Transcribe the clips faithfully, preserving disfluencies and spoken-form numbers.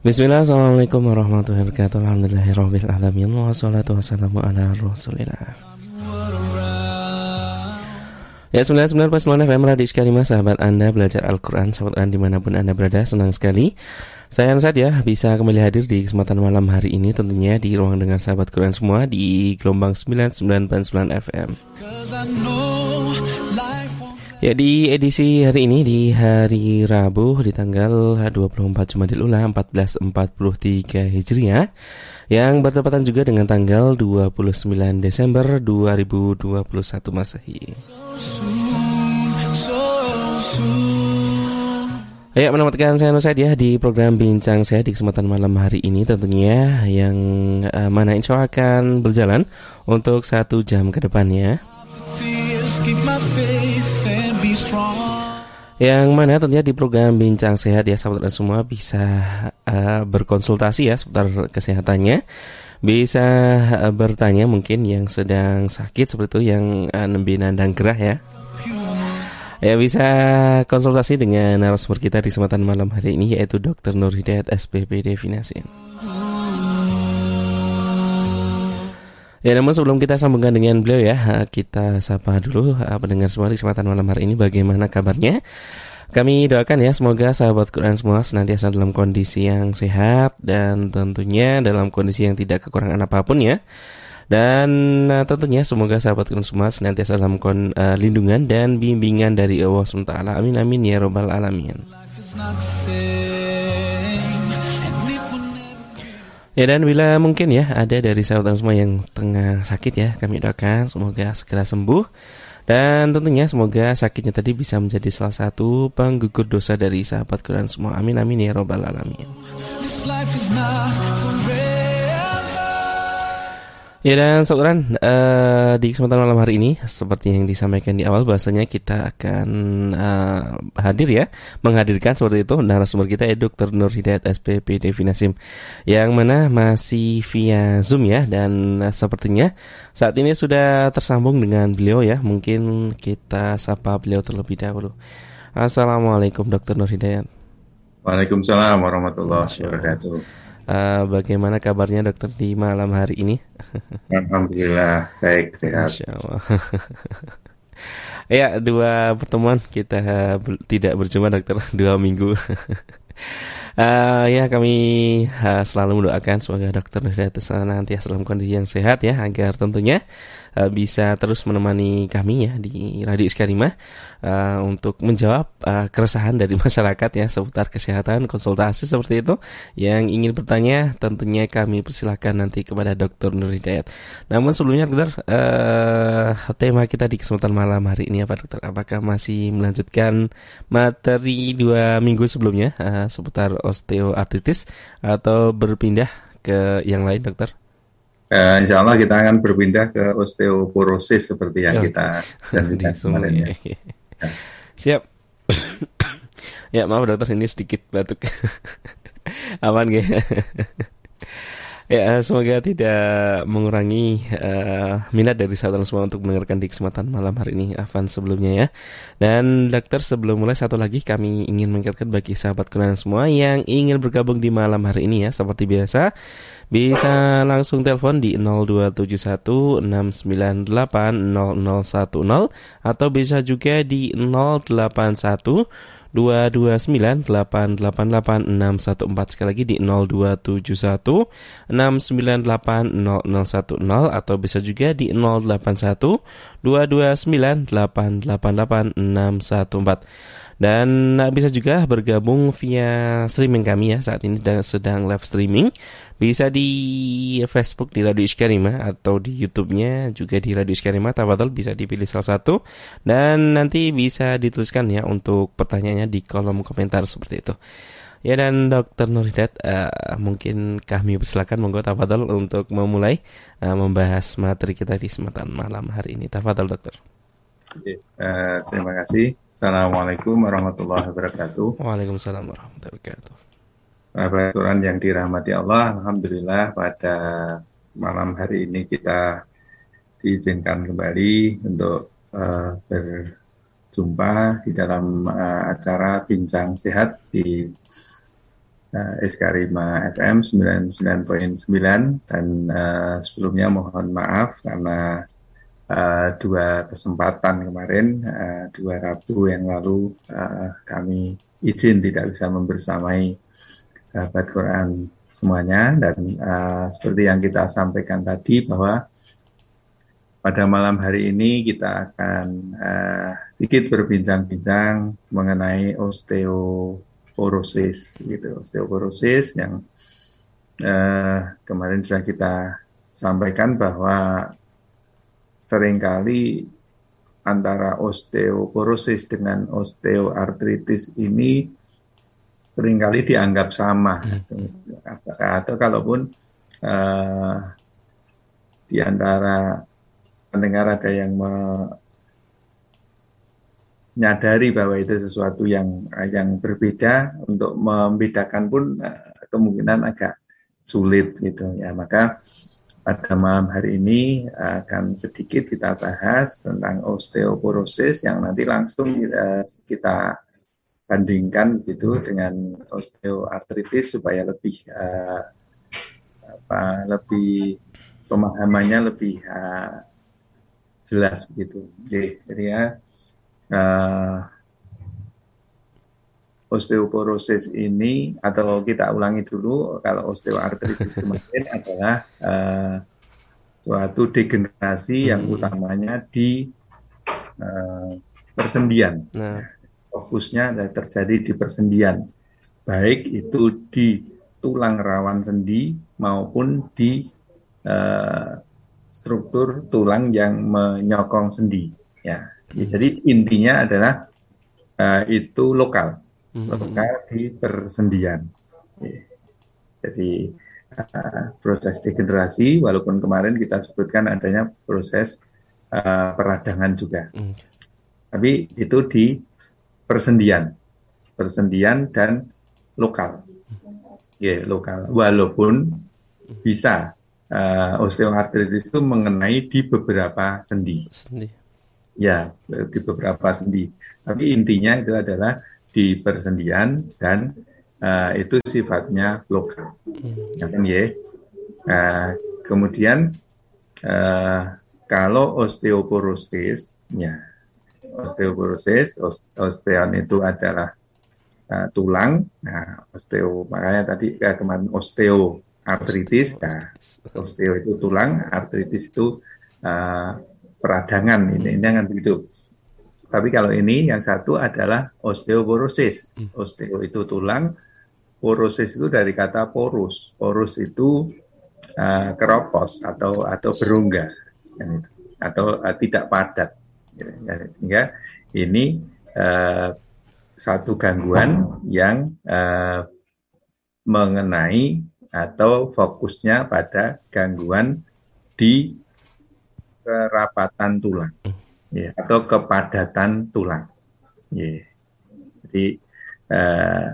Bismillah, assalamualaikum warahmatullahi wabarakatuh. Alhamdulillahirabbil alamin wassalatu wassalamu ala rasulillah. Ya, sembilan puluh sembilan koma sembilan F M Radio Iskarima, sahabat Anda belajar Al-Quran, sahabat Anda dimanapun Anda berada, senang sekali saya Ansad ya bisa kembali hadir di kesempatan malam hari ini, tentunya di ruang dengar sahabat Quran semua di gelombang sembilan puluh sembilan koma sembilan F M. Ya, di edisi hari ini, di hari Rabu, di tanggal dua puluh empat Jumadil Ula seribu empat ratus empat puluh tiga Hijriah, yang bertepatan juga dengan tanggal dua puluh sembilan Desember dua ribu dua puluh satu Masehi. Ya, menemukan saya Nusaid ya di program Bincang Saya di kesempatan malam hari ini, tentunya yang uh, mana insya Allah akan berjalan untuk satu jam ke depannya. Yang mana tentunya di program Bincang Sehat ya sahabat dan semua bisa uh, berkonsultasi ya seputar kesehatannya, bisa uh, bertanya mungkin yang sedang sakit seperti itu, yang uh, nembe nandang gerah ya. Ya, bisa konsultasi dengan narasumber kita di kesempatan malam hari ini, yaitu dokter Nur Hidayat S P P D Finasim. Ya, namun sebelum kita sambungkan dengan beliau ya, kita sapa dulu pendengar semua di kesempatan malam hari ini, bagaimana kabarnya? Kami doakan ya, semoga sahabat Quran semua senantiasa dalam kondisi yang sehat dan tentunya dalam kondisi yang tidak kekurangan apapun ya. Dan uh, tentunya semoga sahabat Quran semua senantiasa dalam kon, uh, lindungan dan bimbingan dari Allah subhanahu wa taala. Amin amin ya rabbal alamin. Ya, dan bila mungkin ya ada dari sahabat semua yang tengah sakit ya, kami doakan semoga segera sembuh. Dan tentunya semoga sakitnya tadi bisa menjadi salah satu penggugur dosa dari sahabat Quran semua. Amin amin ya rabbal alamin. Ya, dan saudara, uh, di kesempatan malam hari ini seperti yang disampaikan di awal, bahasanya kita akan uh, hadir ya, menghadirkan seperti itu narasumber kita ya, dokter Nur Hidayat S P P D Finasim, yang mana masih via Zoom ya, dan uh, sepertinya saat ini sudah tersambung dengan beliau ya. Mungkin kita sapa beliau terlebih dahulu. Assalamualaikum dokter Nur Hidayat. Waalaikumsalam warahmatullahi wabarakatuh. Uh, bagaimana kabarnya dokter di malam hari ini? Alhamdulillah baik, sehat. Masya Allah. Ya, dua pertemuan kita ber- tidak berjumpa dokter, dua minggu. Uh, ya, kami uh, selalu mendoakan semoga dokter nantiasa dalam kondisi yang sehat ya, agar tentunya uh, bisa terus menemani kami ya di Radio Iskarima uh, untuk menjawab uh, keresahan dari masyarakat ya seputar kesehatan, konsultasi seperti itu. Yang ingin bertanya tentunya kami persilahkan nanti kepada dokter Nur Hidayat. Namun sebelumnya dokter, uh, tema kita di kesempatan malam hari ini apa dokter? Apakah masih melanjutkan materi dua minggu sebelumnya uh, seputar osteoartritis atau berpindah ke yang lain dokter? Uh, insya Allah kita akan berpindah ke osteoporosis seperti yang Ya, kita janjikan kemarin ya. Ya. Siap. Ya, maaf dokter, ini sedikit batuk. Aman gak? Ya, semoga tidak mengurangi uh, minat dari sahabat semua untuk mendengarkan di kesempatan malam hari ini, Afan sebelumnya ya. Dan dokter, sebelum mulai satu lagi kami ingin mengingatkan bagi sahabat Quran semua yang ingin bergabung di malam hari ini ya, seperti biasa bisa langsung telepon di nol dua tujuh satu enam sembilan delapan nol nol satu nol atau bisa juga di nol delapan satu dua dua sembilan delapan delapan delapan enam satu empat, sekali lagi di nol dua tujuh satu enam sembilan delapan nol nol satu nol atau bisa juga di nol delapan satu dua dua sembilan delapan delapan delapan enam satu empat. Dan bisa juga bergabung via streaming kami ya, saat ini sedang live streaming. Bisa di Facebook di Radio Iskarima atau di YouTube-nya juga di Radio Iskarima. Tafadhol bisa dipilih salah satu dan nanti bisa dituliskan ya untuk pertanyaannya di kolom komentar seperti itu. Ya, dan dokter Nur Hidayat, uh, mungkin kami persilakan, monggo tafadhol untuk memulai uh, membahas materi kita di kesempatan malam hari ini. Tafadhol dokter. Oke, uh, terima kasih. Assalamualaikum warahmatullahi wabarakatuh. Waalaikumsalam warahmatullahi wabarakatuh. Sahabat Quran yang dirahmati Allah, alhamdulillah pada malam hari ini kita diizinkan kembali untuk uh, berjumpa di dalam uh, acara Bincang Sehat di uh, S K lima F M sembilan puluh sembilan koma sembilan, dan uh, sebelumnya mohon maaf karena uh, dua kesempatan kemarin, uh, dua Rabu yang lalu uh, kami izin tidak bisa membersamai sahabat Quran semuanya, dan uh, seperti yang kita sampaikan tadi bahwa pada malam hari ini kita akan uh, sedikit berbincang-bincang mengenai osteoporosis, gitu. Osteoporosis yang uh, kemarin sudah kita sampaikan bahwa seringkali antara osteoporosis dengan osteoartritis ini seringkali dianggap sama, hmm. atau kalaupun uh, di antara pendengar ada yang menyadari bahwa itu sesuatu yang yang berbeda, untuk membedakan pun uh, kemungkinan agak sulit, gitu ya. Maka pada malam hari ini uh, akan sedikit kita bahas tentang osteoporosis yang nanti langsung uh, kita bandingkan gitu dengan osteoartritis supaya lebih uh, apa lebih pemahamannya lebih uh, jelas begitu. Jadi ya uh, osteoporosis ini, atau kita ulangi dulu, kalau osteoartritis kemarin adalah uh, suatu degenerasi hmm. yang utamanya di uh, persendian. Nah. Fokusnya adalah terjadi di persendian, baik itu di tulang rawan sendi maupun di uh, struktur tulang yang menyokong sendi. Ya, hmm. jadi intinya adalah uh, itu lokal, hmm. lokal di persendian. Ya. Jadi uh, proses degenerasi, walaupun kemarin kita sebutkan adanya proses uh, peradangan juga, hmm. tapi itu di persendian, persendian dan lokal, ya yeah, lokal. Walaupun bisa uh, osteoartritis itu mengenai di beberapa sendi, sendi, ya di beberapa sendi. Tapi intinya itu adalah di persendian dan uh, itu sifatnya lokal, hmm. ya kan ya. Uh, kemudian uh, kalau osteoporosis, ya. Osteoporosis, osteon itu adalah uh, tulang. Nah, osteo, makanya tadi ya, kemarin osteoartritis. Nah, osteo itu tulang, artritis itu uh, peradangan. Ini, ini kan begitu. Tapi kalau ini yang satu adalah osteoporosis. Osteo itu tulang, porosis itu dari kata porus. Porus itu uh, keropos atau atau berongga, kan itu. Atau uh, tidak padat. Ya, sehingga ini uh, satu gangguan yang uh, mengenai atau fokusnya pada gangguan di kerapatan tulang, ya, atau kepadatan tulang. Ya. Jadi uh,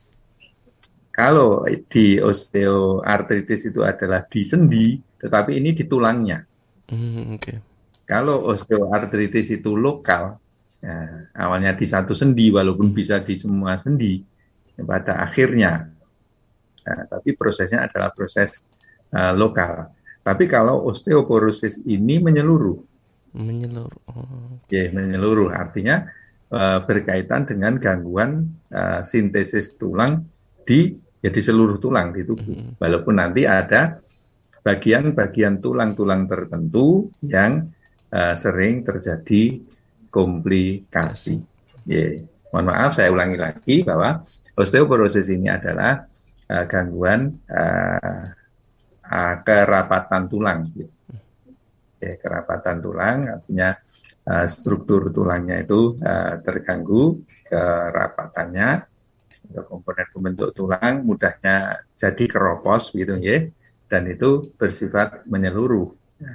kalau di osteoartritis itu adalah di sendi, tetapi ini di tulangnya. Mm, okay. Kalau osteoartritis itu lokal, ya, awalnya di satu sendi, walaupun bisa di semua sendi, ya, pada akhirnya, ya, tapi prosesnya adalah proses uh, lokal. Tapi kalau osteoporosis ini menyeluruh, menyeluruh, oh. ya, menyeluruh, artinya uh, berkaitan dengan gangguan uh, sintesis tulang di, ya, di seluruh tulang di tubuh, mm-hmm. walaupun nanti ada bagian-bagian tulang-tulang tertentu yang Uh, sering terjadi komplikasi. Yeah. Mohon maaf, saya ulangi lagi bahwa osteoporosis ini adalah uh, gangguan uh, uh, kerapatan tulang. Gitu. Yeah, kerapatan tulang artinya uh, struktur tulangnya itu uh, terganggu, kerapatannya, komponen pembentuk tulang mudahnya jadi keropos, gitu ya, dan itu bersifat menyeluruh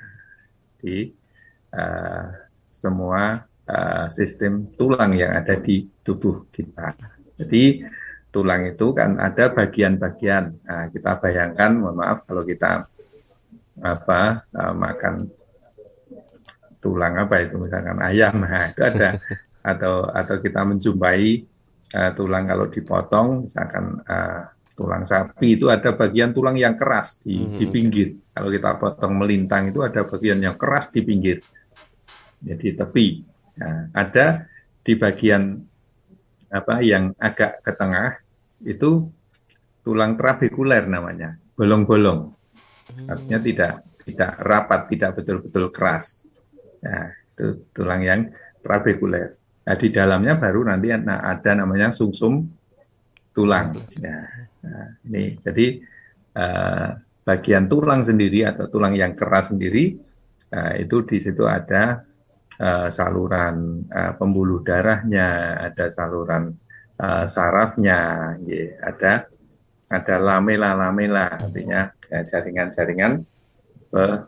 di Uh, semua uh, sistem tulang yang ada di tubuh kita. Jadi tulang itu kan ada bagian-bagian. Nah, kita bayangkan, mohon maaf kalau kita apa uh, makan tulang apa itu misalkan ayam, nah itu ada atau atau kita menjumpai uh, tulang kalau dipotong, misalkan uh, tulang sapi itu ada bagian tulang yang keras di, Hmm, di oke. pinggir. Kalau kita potong melintang itu ada bagian yang keras di pinggir, jadi tepi. Nah, ada di bagian apa yang agak ke tengah itu tulang trabekuler namanya, bolong-bolong. Artinya Hmm, tidak tidak rapat, tidak betul-betul keras. Nah, itu tulang yang trabekuler. Nah, di dalamnya baru nanti ada namanya sumsum tulang tulang. belakang. Ya, nah, ini jadi uh, bagian tulang sendiri atau tulang yang keras sendiri uh, itu di situ ada uh, saluran uh, pembuluh darahnya, ada saluran uh, sarafnya, ya, ada ada lamela-lamela, artinya ya, jaringan-jaringan uh,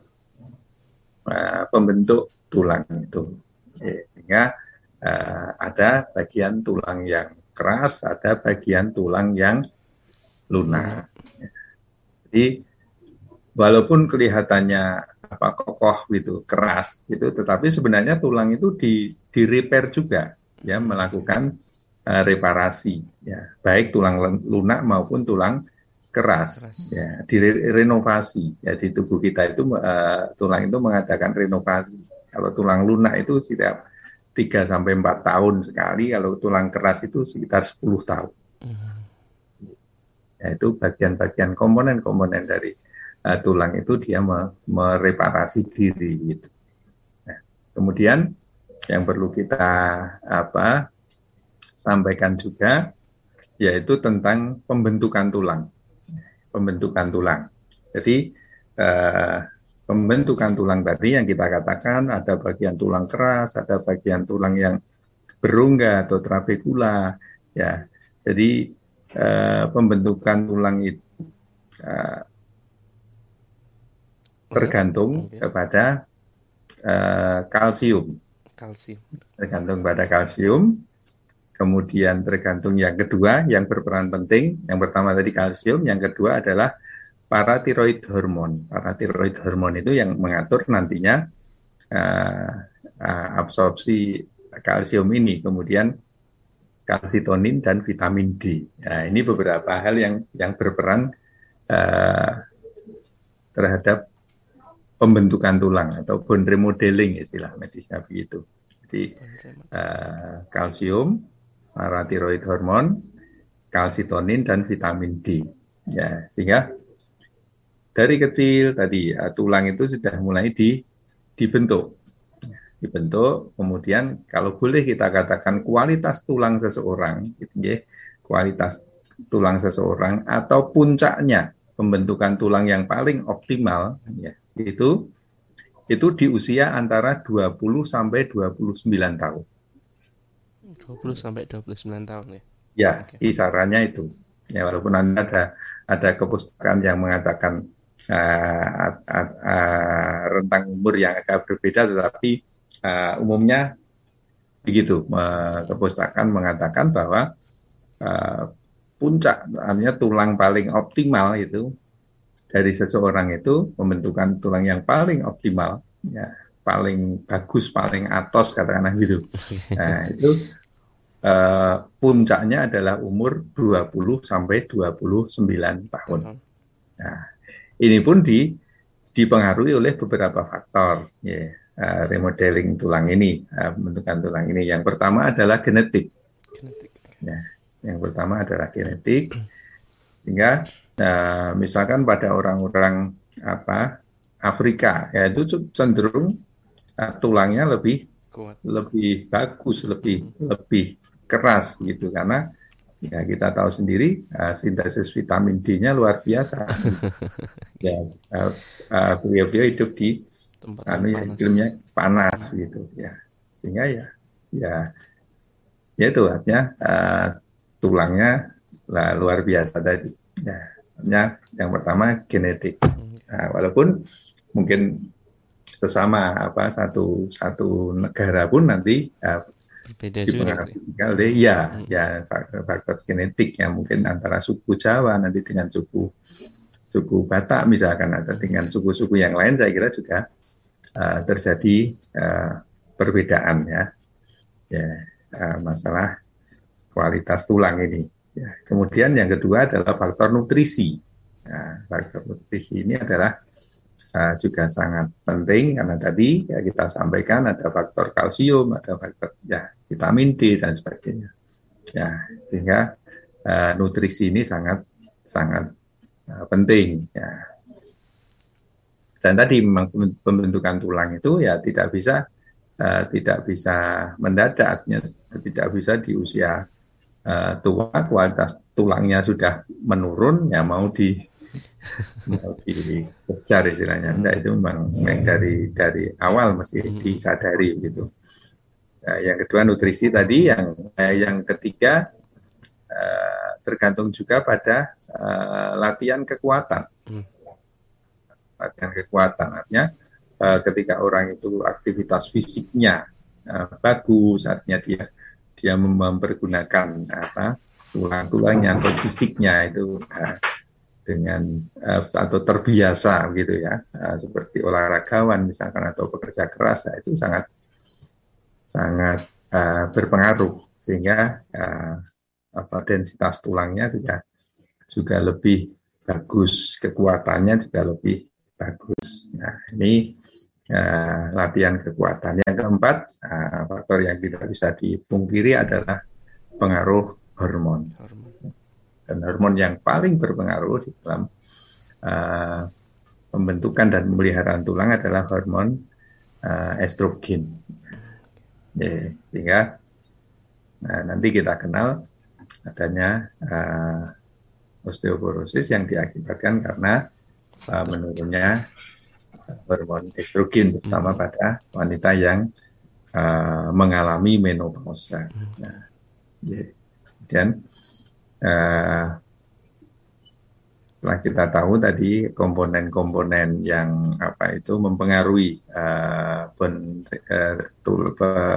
uh, pembentuk tulang itu. Ya, sehingga uh, ada bagian tulang yang keras, ada bagian tulang yang Lunak. lunak. Jadi walaupun kelihatannya apa kokoh gitu, keras gitu, tetapi sebenarnya tulang itu di di repair juga, ya, Hmm, oke. melakukan uh, reparasi, ya, baik tulang lunak maupun tulang keras, Keras. ya, direnovasi, ya, di tubuh kita itu uh, tulang itu mengadakan renovasi. Kalau tulang lunak itu setiap tiga sampai empat tahun sekali, kalau tulang keras itu sekitar sepuluh tahun. Hmm, Yaitu bagian-bagian komponen-komponen dari uh, tulang itu dia me mereparasi diri gitu. Nah, kemudian yang perlu kita apa sampaikan juga yaitu tentang pembentukan tulang. Pembentukan tulang. Jadi uh, pembentukan tulang tadi yang kita katakan ada bagian tulang keras, ada bagian tulang yang berongga atau trabekula, ya. Jadi uh, pembentukan tulang itu uh, oke. tergantung Oke. kepada uh, kalsium, Kalsium. tergantung pada kalsium. Kemudian tergantung yang kedua yang berperan penting. Yang pertama tadi kalsium, yang kedua adalah paratiroid hormon. Paratiroid hormon itu yang mengatur nantinya uh, uh, absorpsi kalsium ini, kemudian kalsitonin dan vitamin D. Nah, ini beberapa hal yang yang berperan uh, terhadap pembentukan tulang atau bone remodeling istilah medisnya begitu. Jadi uh, kalsium, paratiroid hormon, kalsitonin dan vitamin D. Ya, sehingga dari kecil tadi uh, tulang itu sudah mulai di, dibentuk, dibentuk. Kemudian kalau boleh kita katakan kualitas tulang seseorang, gitu ya, kualitas tulang seseorang atau puncaknya pembentukan tulang yang paling optimal, ya, itu itu di usia antara dua puluh sampai dua puluh sembilan tahun. dua puluh sampai dua puluh sembilan tahun ya. Ya, Oke. kisarannya itu. Ya, walaupun Anda ada ada kepustakaan yang mengatakan uh, uh, uh, rentang umur yang agak berbeda, tetapi uh, umumnya begitu. Uh, kepustakaan mengatakan bahwa uh, puncak, artinya tulang paling optimal itu dari seseorang itu pembentukan tulang yang paling optimal, ya, paling bagus, paling atos katakanlah gitu. Nah, itu uh, puncaknya adalah umur dua puluh sampai dua puluh sembilan tahun. Tahun. Nah, ini pun di, dipengaruhi oleh beberapa faktor, ya, uh, remodeling tulang ini, uh, pembentukan tulang ini. Yang pertama adalah genetik. Genetik. Ya, yang pertama adalah genetik, sehingga uh, misalkan pada orang-orang apa Afrika, ya itu cenderung uh, tulangnya lebih Kuat. lebih bagus, lebih Hmm. lebih keras gitu, karena ya kita tahu sendiri uh, sintesis vitamin D-nya luar biasa. Ya, uh, uh, beliau-beliau hidup di Tempat yang anu ya, panas. iklimnya panas Hmm. gitu ya, sehingga ya ya ya itu artinya uh, tulangnya lah, luar biasa tadi. Ya, artinya yang pertama genetik. Hmm. Nah, walaupun mungkin sesama apa satu satu negara pun nanti uh, Berbeda juga gitu ya. dipengaruhi oleh ya Hmm. ya faktor-faktor genetik yang mungkin antara suku Jawa nanti dengan suku suku Batak misalkan, atau dengan suku-suku yang lain, saya kira juga uh, terjadi uh, perbedaan ya, ya uh, masalah kualitas tulang ini. Ya, kemudian yang kedua adalah faktor nutrisi. Nah, faktor nutrisi ini adalah uh, juga sangat penting karena tadi ya kita sampaikan ada faktor kalsium, ada faktor ya vitamin D dan sebagainya. Ya, sehingga uh, nutrisi ini sangat sangat uh, penting. Ya. Dan tadi memang pembentukan tulang itu ya tidak bisa uh, tidak bisa mendadak, tidak bisa di usia uh, tua, kualitas tulangnya sudah menurun, ya mau di mau dikejar istilahnya. Nah, itu memang, memang dari dari awal mesti disadari gitu. Nah, yang kedua nutrisi tadi, yang eh, yang ketiga uh, tergantung juga pada uh, latihan kekuatan. Latihan kekuatan artinya uh, ketika orang itu aktivitas fisiknya uh, bagus, artinya dia dia mempergunakan apa tulang-tulangnya atau fisiknya itu uh, dengan uh, atau terbiasa gitu ya, uh, seperti olahragawan misalkan atau pekerja keras, ya, itu sangat sangat uh, berpengaruh sehingga uh, apa densitas tulangnya juga juga lebih bagus, kekuatannya juga lebih bagus. Nah, ini uh, latihan kekuatan. Yang keempat, uh, faktor yang tidak bisa dipungkiri adalah pengaruh hormon. Dan hormon yang paling berpengaruh di dalam uh, pembentukan dan pemeliharaan tulang adalah hormon uh, estrogen. Ya, sehingga nah, nanti kita kenal adanya uh, osteoporosis yang diakibatkan karena Uh, menurunnya hormon estrogen, terutama pada wanita yang uh, mengalami menopausa. Nah, dan uh, setelah kita tahu tadi komponen-komponen yang apa itu mempengaruhi uh, ben, uh, tul,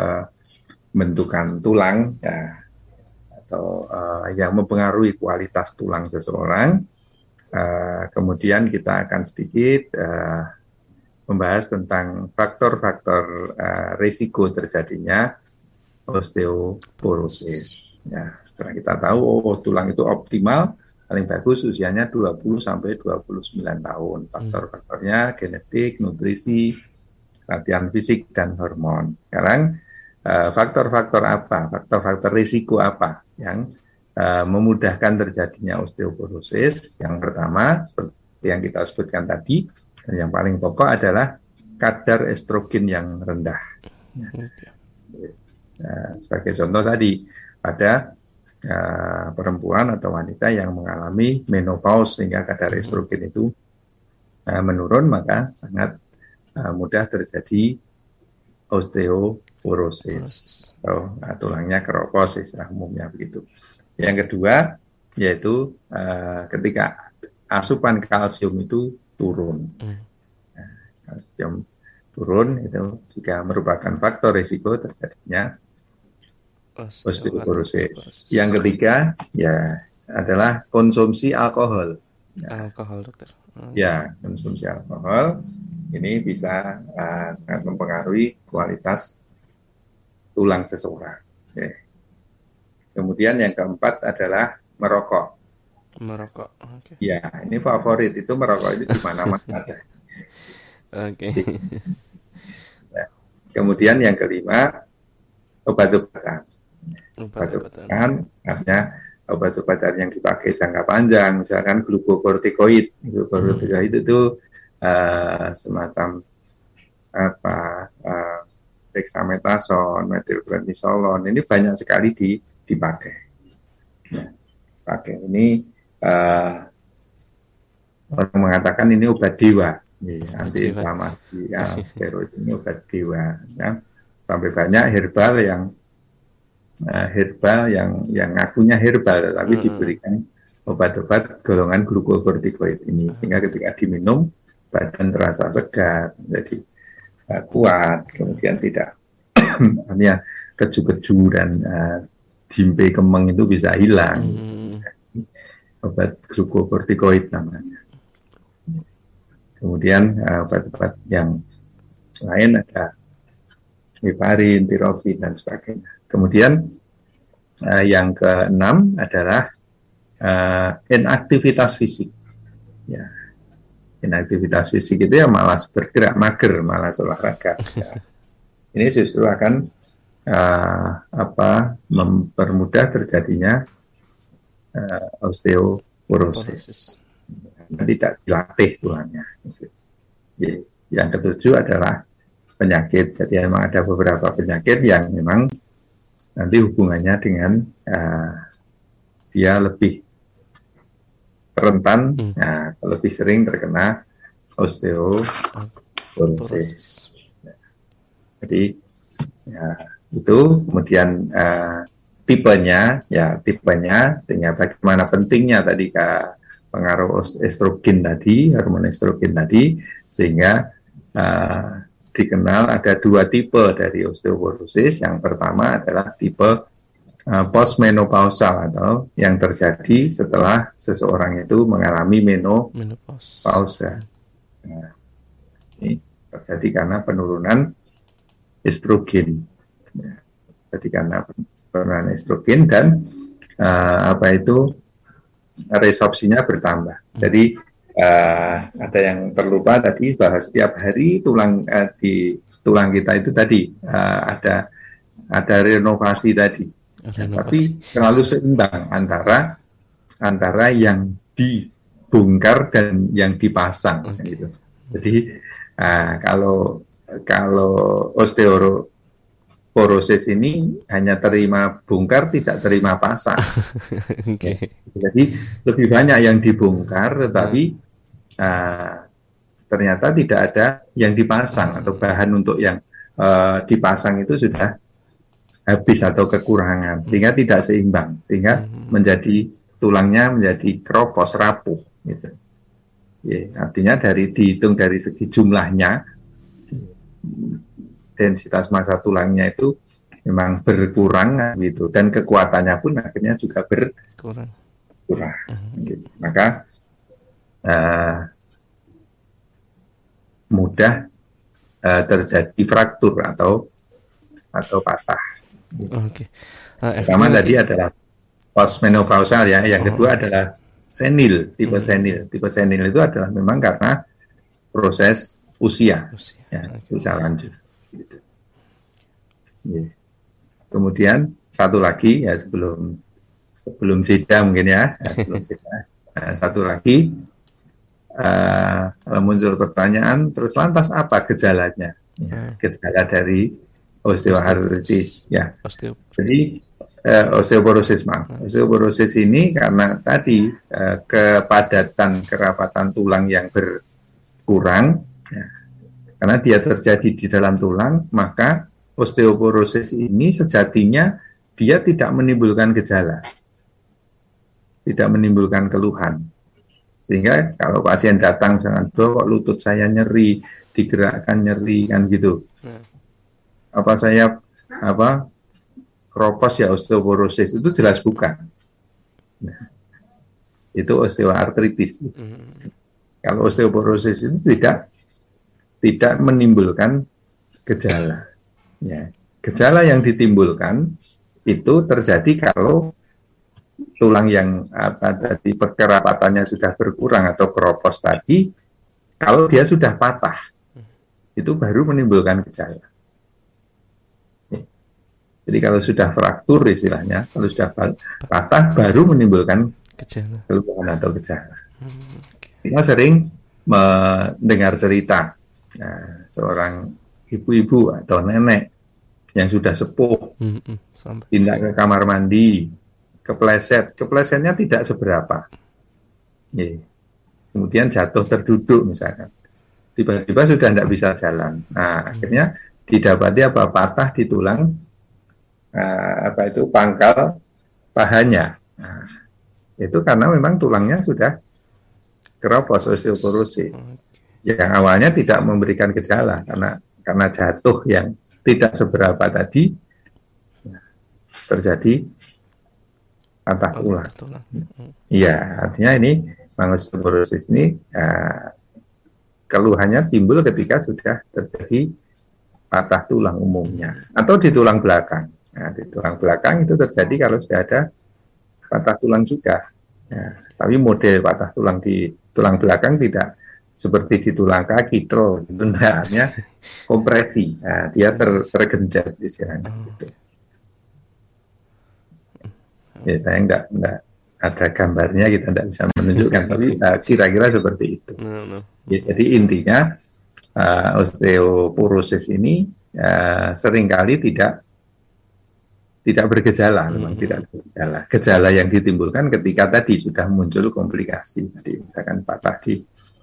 bentukan tulang, ya, atau uh, yang mempengaruhi kualitas tulang seseorang. Uh, kemudian kita akan sedikit uh, membahas tentang faktor-faktor uh, risiko terjadinya osteoporosis. Ya, setelah kita tahu oh tulang itu optimal, paling bagus usianya dua puluh sampai dua puluh sembilan tahun. Faktor-faktornya genetik, nutrisi, latihan fisik, dan hormon. Sekarang uh, faktor-faktor apa? Faktor-faktor risiko apa yang Uh, memudahkan terjadinya osteoporosis? Yang pertama, seperti yang kita sebutkan tadi, dan yang paling pokok adalah kadar estrogen yang rendah. Nah, sebagai contoh tadi, pada uh, perempuan atau wanita yang mengalami menopause sehingga kadar estrogen itu uh, menurun, maka sangat uh, mudah terjadi osteoporosis. Oh, nah, tulangnya keropos, istilah umumnya begitu. Yang kedua, yaitu uh, ketika asupan kalsium itu turun. Hmm. Nah, kalsium turun itu juga merupakan faktor risiko terjadinya osteoporosis. Yang ketiga, ya adalah konsumsi alkohol. Ya. Alkohol, dokter. Hmm. Ya, konsumsi alkohol ini bisa uh, sangat mempengaruhi kualitas tulang seseorang. Okay. Kemudian yang keempat adalah merokok. Merokok, oke. Okay. Ya, ini favorit, itu merokok itu di mana-mana ada. Oke. Okay. Ya. Kemudian yang kelima, obat-obatan. Obat-obatan, artinya obat-obatan yang dipakai jangka panjang, misalkan glukokortikoid. Glukokortikoid hmm. itu uh, semacam apa? Uh, dexamethasone, metilprednisolon, ini banyak sekali di, dipakai. Nah, pakai ini uh, orang mengatakan ini obat dewa, ya, anti-inflamasi, ya, steroid ini obat dewa. Ya. Sampai banyak herbal yang uh, herbal yang yang ngakunya herbal, tapi hmm. diberikan obat-obat golongan glukokortikoid ini, sehingga ketika diminum badan terasa segar, jadi kuat, kemudian tidak artinya keju-keju dan uh, jimpe kemeng itu bisa hilang. Hmm. Obat glukokortikoid namanya. Kemudian uh, obat-obat yang lain ada heparin, tirofin dan sebagainya. Kemudian uh, yang keenam adalah uh, inaktivitas fisik. Ya, inaktivitas fisik itu ya malas bergerak, mager, malas olahraga. Ya. Ini justru akan uh, apa mempermudah terjadinya uh, osteoporosis. Tidak dilatih tulangnya. Yang ketujuh adalah penyakit. Jadi memang ada beberapa penyakit yang memang nanti hubungannya dengan uh, dia lebih rentan, hmm. nah, lebih sering terkena osteoporosis. Jadi ya, itu kemudian uh, tipenya, ya tipenya, sehingga bagaimana pentingnya tadi Kak, pengaruh estrogen tadi, hormon estrogen tadi, sehingga uh, dikenal ada dua tipe dari osteoporosis. Yang pertama adalah tipe uh, postmenopausal atau yang terjadi setelah seseorang itu mengalami menopausa. Nah, ini terjadi karena penurunan estrogen. Ya, jadi karena penurunan estrogen dan uh, apa itu resorpsinya bertambah. Jadi uh, ada yang terlupa tadi bahwa setiap hari tulang uh, di tulang kita itu tadi uh, ada ada renovasi tadi. Renovasi. Tapi terlalu seimbang antara antara yang dibongkar dan yang dipasang. Okay. Gitu. Jadi uh, kalau kalau osteoporosis Porosis ini hanya terima bongkar, tidak terima pasang. Okay. Jadi lebih banyak yang dibongkar, tetapi uh, ternyata tidak ada yang dipasang atau bahan untuk yang uh, dipasang itu sudah habis atau kekurangan, sehingga tidak seimbang, sehingga menjadi tulangnya menjadi keropos, rapuh. Gitu. Ya, artinya dari dihitung dari segi jumlahnya. Densitas massa tulangnya itu memang berkurang gitu, dan kekuatannya pun akhirnya juga berkurang. Uh-huh. Gitu. Maka uh, mudah uh, terjadi fraktur atau atau patah. Gitu. Oke. Okay. Uh, Pertama tadi adalah postmenopausal ya, yang uh-huh. kedua adalah senil, tipe uh-huh. senil. Tipe senil itu adalah memang karena proses usia, usia. Ya, okay. usia lanjut. Gitu. Yeah. Kemudian satu lagi ya sebelum sebelum jeda mungkin ya, ya sebelum jeda. Nah, satu lagi uh, muncul pertanyaan, terus lantas apa gejalanya? Ya, gejala dari osteoartritis ya. Jadi uh, osteoporosis maaf. Osteoporosis ini karena tadi uh, kepadatan kerapatan tulang yang berkurang. Ya. Karena dia terjadi di dalam tulang, maka osteoporosis ini sejatinya dia tidak menimbulkan gejala, tidak menimbulkan keluhan. Sehingga kalau pasien datang misalkan, kok lutut saya nyeri, digerakkan nyeri kan gitu. Apa saya apa kropos ya osteoporosis, itu jelas bukan. Nah, itu osteoartritis. Kalau osteoporosis itu tidak tidak menimbulkan gejala. Ya. Gejala yang ditimbulkan itu terjadi kalau tulang yang apa tadi kerapatannya sudah berkurang atau keropos tadi, kalau dia sudah patah, itu baru menimbulkan gejala. Ya. Jadi kalau sudah fraktur istilahnya, kalau sudah patah baru menimbulkan gejala, keluhan atau gejala. Kita sering mendengar cerita. Nah, seorang ibu-ibu atau nenek yang sudah sepuh mm-hmm. pindah ke kamar mandi, kepleset, keplesetnya tidak seberapa, yeah. Kemudian jatuh terduduk misalkan, tiba-tiba sudah tidak bisa jalan. Nah, akhirnya didapati apa patah di tulang, uh, apa itu pangkal pahanya. Nah, itu karena memang tulangnya sudah keropos, osteoporosis. Yang awalnya tidak memberikan gejala karena karena jatuh yang tidak seberapa tadi terjadi patah tulang. Iya, artinya ini osteoporosis ini ya, keluhannya timbul ketika sudah terjadi patah tulang umumnya atau di tulang belakang. Nah, di tulang belakang itu terjadi kalau sudah ada patah tulang juga. Ya, tapi model patah tulang di tulang belakang tidak seperti di tulang kaki, tro, itu hanya kompresi. Nah, dia ter, tergencet istilahnya. Gitu. Ya, saya nggak nggak ada gambarnya, kita tidak bisa menunjukkan, tapi uh, kira-kira seperti itu. No, no. Ya, jadi intinya uh, osteoporosis ini uh, seringkali tidak tidak bergejala, memang Mm-hmm. tidak bergejala. Gejala yang ditimbulkan ketika tadi sudah muncul komplikasi, tadi misalkan patah di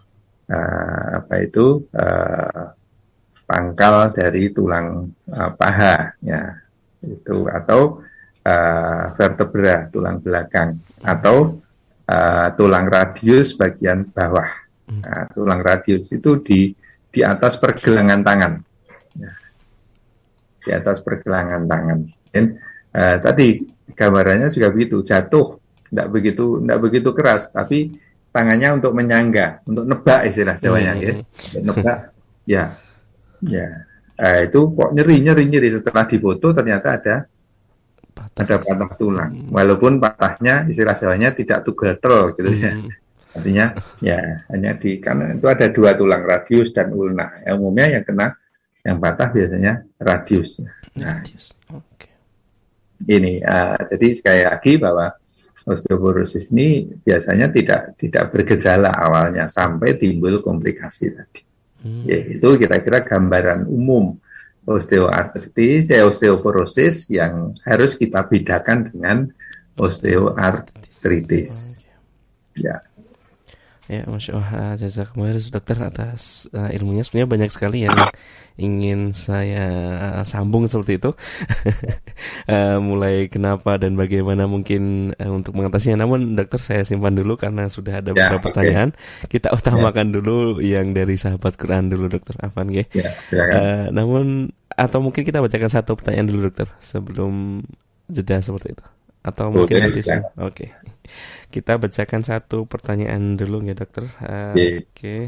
uh, apa itu uh, pangkal dari tulang uh, paha, ya itu, atau uh, vertebra tulang belakang, atau uh, tulang radius bagian bawah. Nah, tulang radius itu di di atas pergelangan tangan, ya, di atas pergelangan tangan. Dan uh, tadi gambarannya juga begitu, jatuh, tidak begitu, tidak begitu keras, tapi tangannya untuk menyangga, untuk nebak istilah Jawanya, mm-hmm. ya, untuk nebak, ya, ya, uh, itu kok nyeri, nyeri, nyeri. Setelah difoto ternyata ada patah. ada patah tulang, mm-hmm. walaupun patahnya istilah Jawanya tidak tugatel, gitu mm-hmm. ya. Artinya, ya hanya di, karena itu ada dua tulang, radius dan ulna. Yang umumnya yang kena, yang patah biasanya radius. Nah, okay. Ini, uh, jadi sekali lagi bahwa osteoporosis ini biasanya tidak tidak bergejala awalnya sampai timbul komplikasi tadi. Hmm. Ya, itu kira-kira gambaran umum osteoartritis, ya, osteoporosis yang harus kita bedakan dengan osteoartritis. Ya. Ya, Masya Allah, jazakumullah dokter atas uh, ilmunya. Sebenarnya banyak sekali yang ingin saya uh, sambung seperti itu. uh, mulai kenapa dan bagaimana mungkin uh, untuk mengatasinya. Namun dokter saya simpan dulu karena sudah ada beberapa ya, okay. pertanyaan. Kita utamakan ya. dulu yang dari sahabat Quran dulu, dokter Afan. Ya, uh, namun atau mungkin kita bacakan satu pertanyaan dulu, dokter, sebelum jeda seperti itu. Atau mungkin nanti Oke. Okay. Kita bacakan satu pertanyaan dulu ya, dokter. Uh, yeah. Oke. Okay.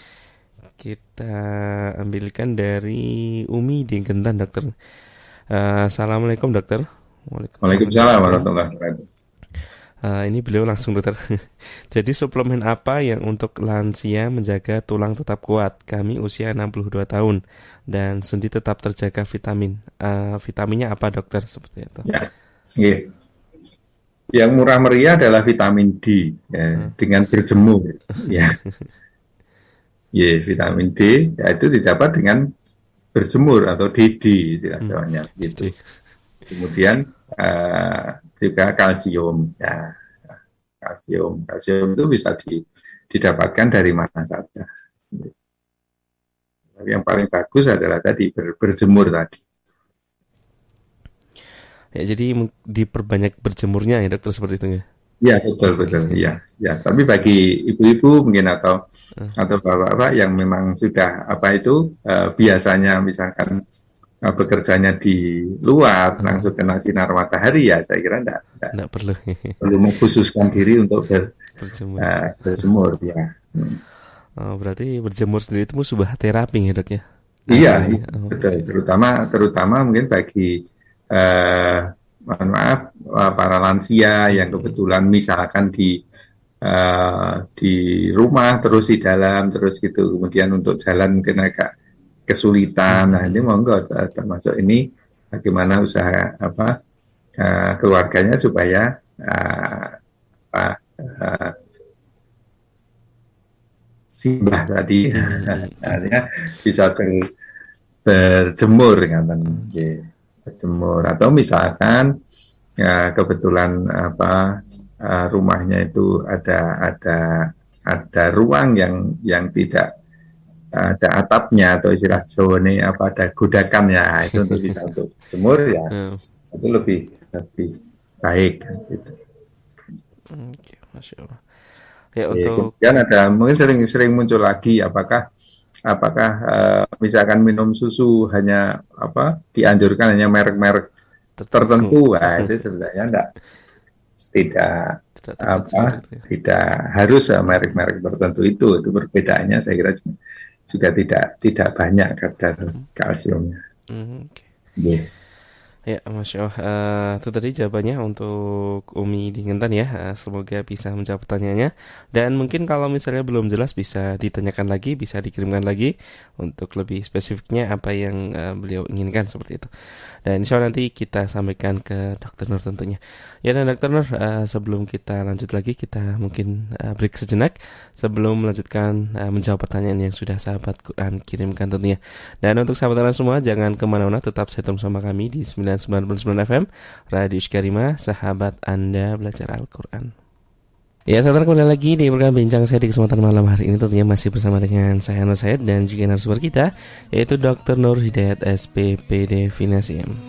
Kita ambilkan dari Umi di Gentan, dokter. Uh, Assalamualaikum, dokter. Waalaikumsalam warahmatullahi wabarakatuh. Uh, ini beliau langsung, dokter. Jadi suplemen apa yang untuk lansia menjaga tulang tetap kuat? Kami usia enam puluh dua tahun dan sendi tetap terjaga vitamin. Uh, vitaminnya apa, dokter? Seperti itu. Ya. Yeah. Yang murah meriah adalah vitamin D, ya, hmm. dengan berjemur, ya, ya, vitamin D, ya, itu didapat dengan berjemur atau D D istilahnya, hmm. gitu. Kemudian uh, juga kalsium, ya, kalsium, kalsium itu bisa di, didapatkan dari mana saja. Tapi yang paling bagus adalah tadi ber, berjemur tadi. Ya, jadi diperbanyak berjemurnya ya, dokter, seperti itu ya. Iya, betul betul. Iya, ya. Tapi bagi ibu-ibu mungkin atau uh. atau bapak-bapak yang memang sudah apa itu uh, biasanya misalkan uh, bekerjanya di luar uh. langsung kena sinar matahari, ya saya kira enggak, enggak, enggak perlu perlu mengkhususkan diri untuk ber, berjemur. Uh, berjemur ya. Hmm. Oh, berarti berjemur sendiri itu sebuah terapi ya, dok ya? Iya, oh, betul. Okay. Terutama terutama mungkin bagi Uh, mohon maaf uh, para lansia yang kebetulan misalkan di uh, di rumah terus di dalam terus gitu, kemudian untuk jalan mungkin agak kesulitan. Nah ini monggo termasuk ini bagaimana usaha apa uh, keluarganya supaya uh, uh, uh, simbah tadi artinya bisa ber, berjemur kan, yeah. Jemur, atau misalkan ya kebetulan apa uh, rumahnya itu ada ada ada ruang yang yang tidak uh, ada atapnya atau istilah zone apa ada godakannya, itu untuk bisa untuk jemur ya itu lebih lebih baik gitu. Oke, Masya Allah. Ya, untuk kemudian ada mungkin sering-sering muncul lagi apakah apakah uh, misalkan minum susu hanya apa dianjurkan hanya merek-merek tertentu, nah, itu sebenarnya enggak, tidak, tidak apa ya. Tidak harus uh, merek-merek tertentu itu itu perbedaannya saya kira juga, juga tidak tidak banyak kadar kalsiumnya. Mm, okay. Yeah. Ya, Masya Allah. Eh, itu tadi jawabannya untuk Umi di Ngentan ya. Eh, semoga bisa menjawab pertanyaannya. Dan mungkin kalau misalnya belum jelas bisa ditanyakan lagi, bisa dikirimkan lagi untuk lebih spesifiknya apa yang eh, beliau inginkan seperti itu. Dan insya Allah nanti kita sampaikan ke Dokter Nur tentunya. Ya dan Dokter Nur, eh, sebelum kita lanjut lagi, kita mungkin eh, break sejenak sebelum melanjutkan eh, menjawab pertanyaan yang sudah sahabat Quran kirimkan tentunya. Dan untuk sahabat Quran semua, jangan kemana-mana, tetap stay tune sama kami di sembilan puluh sembilan koma sembilan F M Radio Iskarima, sahabat Anda belajar Al-Quran. Ya, saudara, kembali lagi di program Bincang Saya di kesempatan malam hari ini tentunya masih bersama dengan saya Nur Said dan juga narasumber kita yaitu Dokter Nur Hidayat S P P D Finasi M.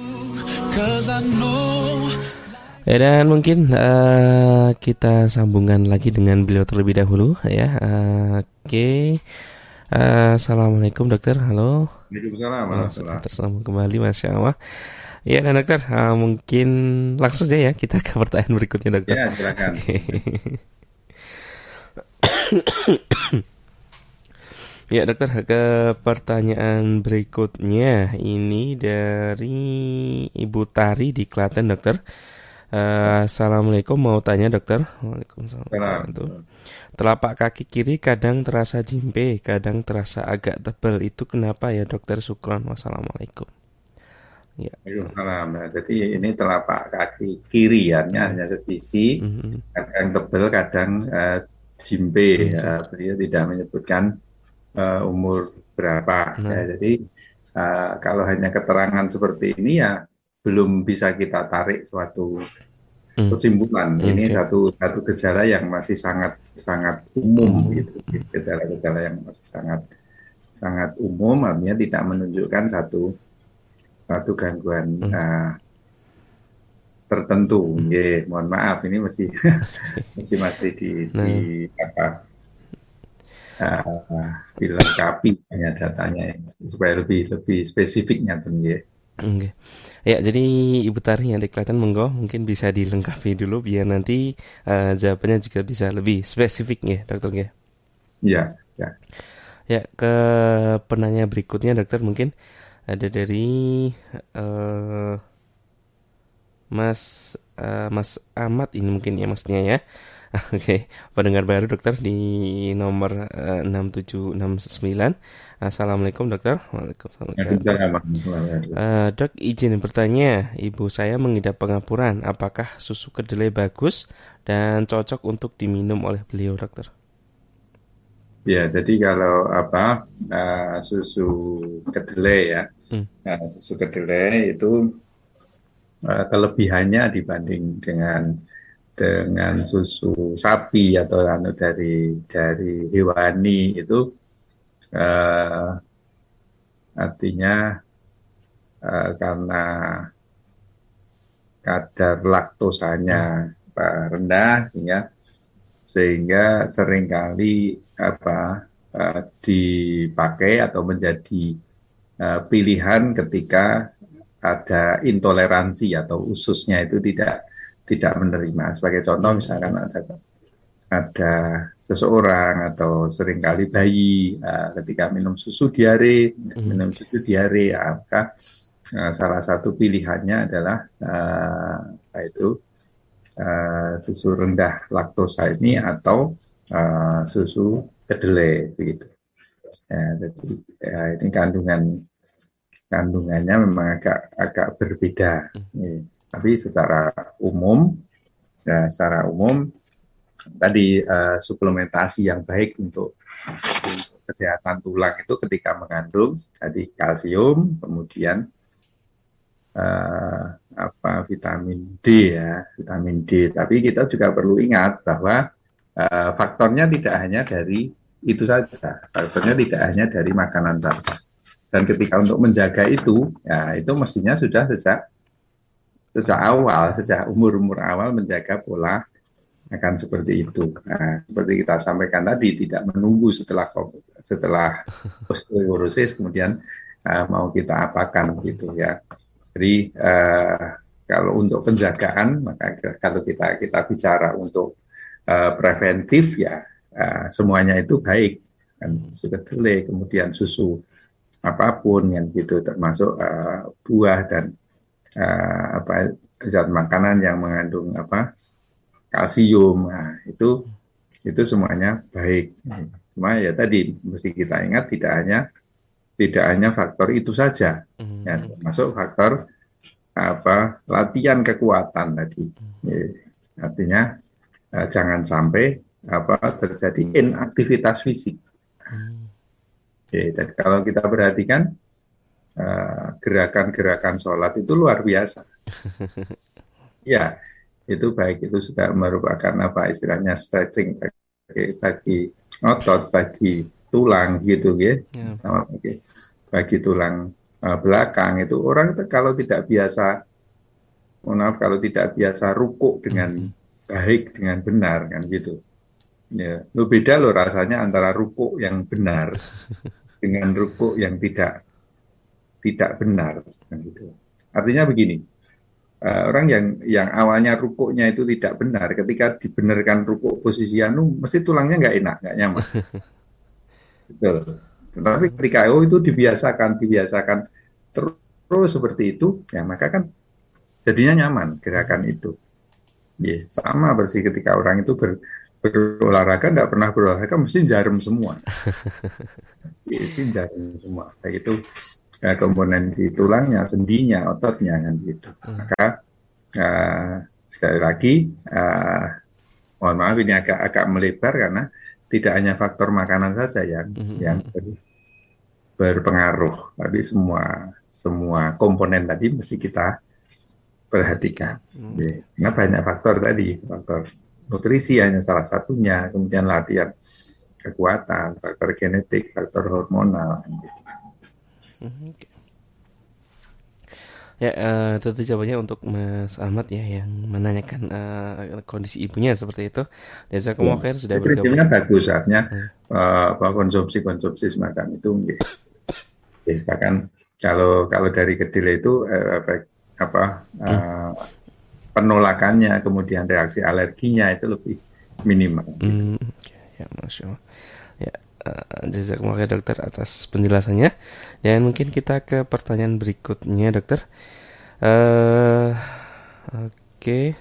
Ya, dan mungkin uh, kita sambungkan lagi dengan beliau terlebih dahulu ya. Uh, Oke. Okay. Uh, Assalamualaikum dokter, halo. Waalaikumsalam. Tersambung kembali, Masya Allah. Ya dan dokter, uh, mungkin langsung saja ya kita ke pertanyaan berikutnya dokter. Ya, silakan. Ya dokter, ke pertanyaan berikutnya ini dari Ibu Tari di Klaten dokter. Uh, Assalamualaikum, mau tanya dokter. Waalaikumsalam. Telapak kaki kiri kadang terasa jimpe, kadang terasa agak tebal. Itu kenapa ya dokter? Syukron. Wassalamualaikum. Ya. Salam. Nah, jadi ini telapak kaki kiri ya, hmm. hanya sesisi, hmm. kadang tebal, kadang uh, jimpe. Hmm. Ya, beliau tidak menyebutkan uh, umur berapa. Hmm. Ya, jadi uh, kalau hanya keterangan seperti ini ya belum bisa kita tarik suatu kesimpulan. Hmm. Ini okay. satu satu gejala yang masih sangat sangat umum, hmm. gitu. Gejala-gejala yang masih sangat sangat umum, artinya tidak menunjukkan satu satu gangguan hmm. uh, tertentu. Hmm. Yeah, mohon maaf, ini masih masih masih di, nah. di apa uh, dilengkapi hanya datanya supaya lebih lebih spesifiknya tentunya. Oke. Ya, jadi Ibu Tari yang di Klaten monggo mungkin bisa dilengkapi dulu biar nanti uh, jawabannya juga bisa lebih spesifik ya, dokter ya. Ya, ya. Ya, ke penanya berikutnya dokter mungkin ada dari uh, Mas uh, Mas Ahmad ini mungkin ya maksudnya ya. Oke, okay. Pendengar baru dokter di nomor uh, enam tujuh enam sembilan. Assalamualaikum dokter. Waalaikumsalam. Uh, dok, izin bertanya, ibu saya mengidap pengapuran. Apakah susu kedelai bagus dan cocok untuk diminum oleh beliau dokter? Ya, jadi kalau apa uh, susu kedelai ya, hmm. uh, susu kedelai itu uh, kelebihannya dibanding dengan dengan susu sapi atau anu dari dari hewani itu uh, artinya uh, karena kadar laktosanya uh, rendah sehingga sehingga seringkali apa uh, dipakai atau menjadi uh, pilihan ketika ada intoleransi atau ususnya itu tidak tidak menerima. Sebagai contoh misalkan ada ada seseorang atau seringkali bayi uh, ketika minum susu diare, mm. minum susu diare, ya, maka uh, salah satu pilihannya adalah uh, apa itu uh, susu rendah laktosa ini atau uh, susu kedelai begitu. Ya, jadi ya, ini kandungan kandungannya memang agak agak berbeda. Mm. Tapi secara umum, ya, secara umum tadi uh, suplementasi yang baik untuk, untuk kesehatan tulang itu ketika mengandung tadi kalsium, kemudian uh, apa vitamin D ya, vitamin D. Tapi kita juga perlu ingat bahwa uh, faktornya tidak hanya dari itu saja, faktornya tidak hanya dari makanan saja. Dan ketika untuk menjaga itu, ya itu mestinya sudah sejak sejak awal, sejak umur-umur awal menjaga pola akan seperti itu. Nah, seperti kita sampaikan tadi, tidak menunggu setelah setelah osteoporosis kemudian uh, mau kita apakan gitu ya. Jadi uh, kalau untuk penjagaan, maka kalau kita kita bicara untuk uh, preventif ya uh, semuanya itu baik. Kan susu kedelai, kemudian susu apapun yang gitu termasuk uh, buah dan uh, apa zat makanan yang mengandung apa kalsium. Nah, itu itu semuanya baik. Cuma ya tadi mesti kita ingat tidak hanya tidak hanya faktor itu saja, ya, Hmm. termasuk faktor apa latihan kekuatan tadi. Ya, artinya eh, jangan sampai apa terjadi inaktivitas fisik. Hmm. Ya, dan kalau kita perhatikan eh, gerakan-gerakan sholat itu luar biasa. Ya, itu baik itu sudah merupakan apa istilahnya stretching bagi, bagi otot, bagi tulang gitu ya, Ya. sama bagi, bagi tulang uh, belakang itu orang itu kalau tidak biasa, mohon maaf kalau tidak biasa rukuk dengan Hmm. baik dengan benar kan gitu. Ya, lo beda lo rasanya antara rukuk yang benar dengan rukuk yang tidak tidak benar kan gitu. Artinya begini, uh, orang yang yang awalnya rukuknya itu tidak benar, ketika dibenarkan rukuk posisi anu, mesti tulangnya nggak enak, nggak nyaman. Betul. Tetapi ketika oh, itu dibiasakan, dibiasakan terus, terus seperti itu, ya maka kan jadinya nyaman gerakan itu. Ya, sama bersih ketika orang itu ber, berolahraga, tidak pernah berolahraga, mesti jarum semua. Mesti jarum semua. Baik itu ya, komponen di tulangnya, sendinya, ototnya, kan gitu. Maka uh, sekali lagi, uh, mohon maaf ini agak agak melebar karena tidak hanya faktor makanan saja yang Hmm. yang ber- berpengaruh, tapi semua semua komponen tadi mesti kita perhatikan. Hmm. Ya, karena banyak faktor tadi, faktor nutrisi hanya salah satunya, kemudian latihan kekuatan, faktor genetik, faktor hormonal. Gitu. Hmm. Oke. Ya, eh, tentu jawabannya untuk Mas Ahmad ya yang menanyakan eh, kondisi ibunya seperti itu. Ya. Jazakumullah khair sudah Jadi prinsipnya bergabung. bagus, artinya Hmm. uh, konsumsi-konsumsi semacam itu. Ya, bahkan kalau kalau dari kedelai itu eh, apa, apa Hmm. uh, penolakannya, kemudian reaksi alerginya itu lebih minimal. Gitu. Hmm. Oke, ya, Masya Allah. Ya, eh, jazakumullah khair dokter atas penjelasannya. Dan mungkin kita ke pertanyaan berikutnya dokter. Eh, oke.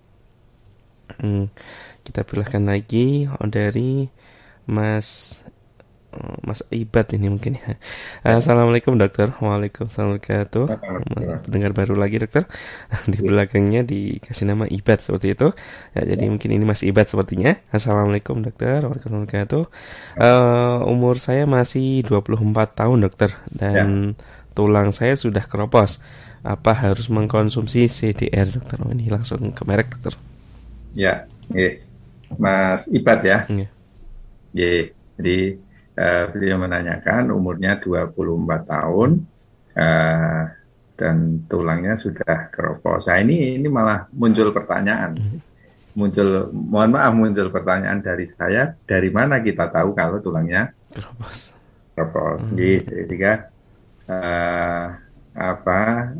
Hmm, kita pilihkan lagi oh, dari Mas eh, Mas Ibad ini mungkin ya. Ya. Assalamualaikum dokter. Waalaikumsalam warahmatullahi wabarakatuh. Pendengar baru lagi dokter. Di belakangnya dikasih nama Ibad seperti itu. Ya, jadi mungkin ini Mas Ibad sepertinya. Assalamualaikum dokter. Waalaikumsalam warahmatullahi wabarakatuh. Eh, umur saya masih dua puluh empat tahun dokter Ya. dan tulang saya sudah keropos. Apa harus mengkonsumsi C D R dokter? Oh, ini langsung ke merek dokter. Ya, ya. Mas Ibad ya. Ya. Ya. Jadi uh, beliau menanyakan umurnya dua puluh empat tahun uh, dan tulangnya sudah keropos. Nah, ini ini malah muncul pertanyaan. Muncul mohon maaf muncul pertanyaan dari saya, dari mana kita tahu kalau tulangnya Keropos. keropos. Hmm. Jadi jika uh, apa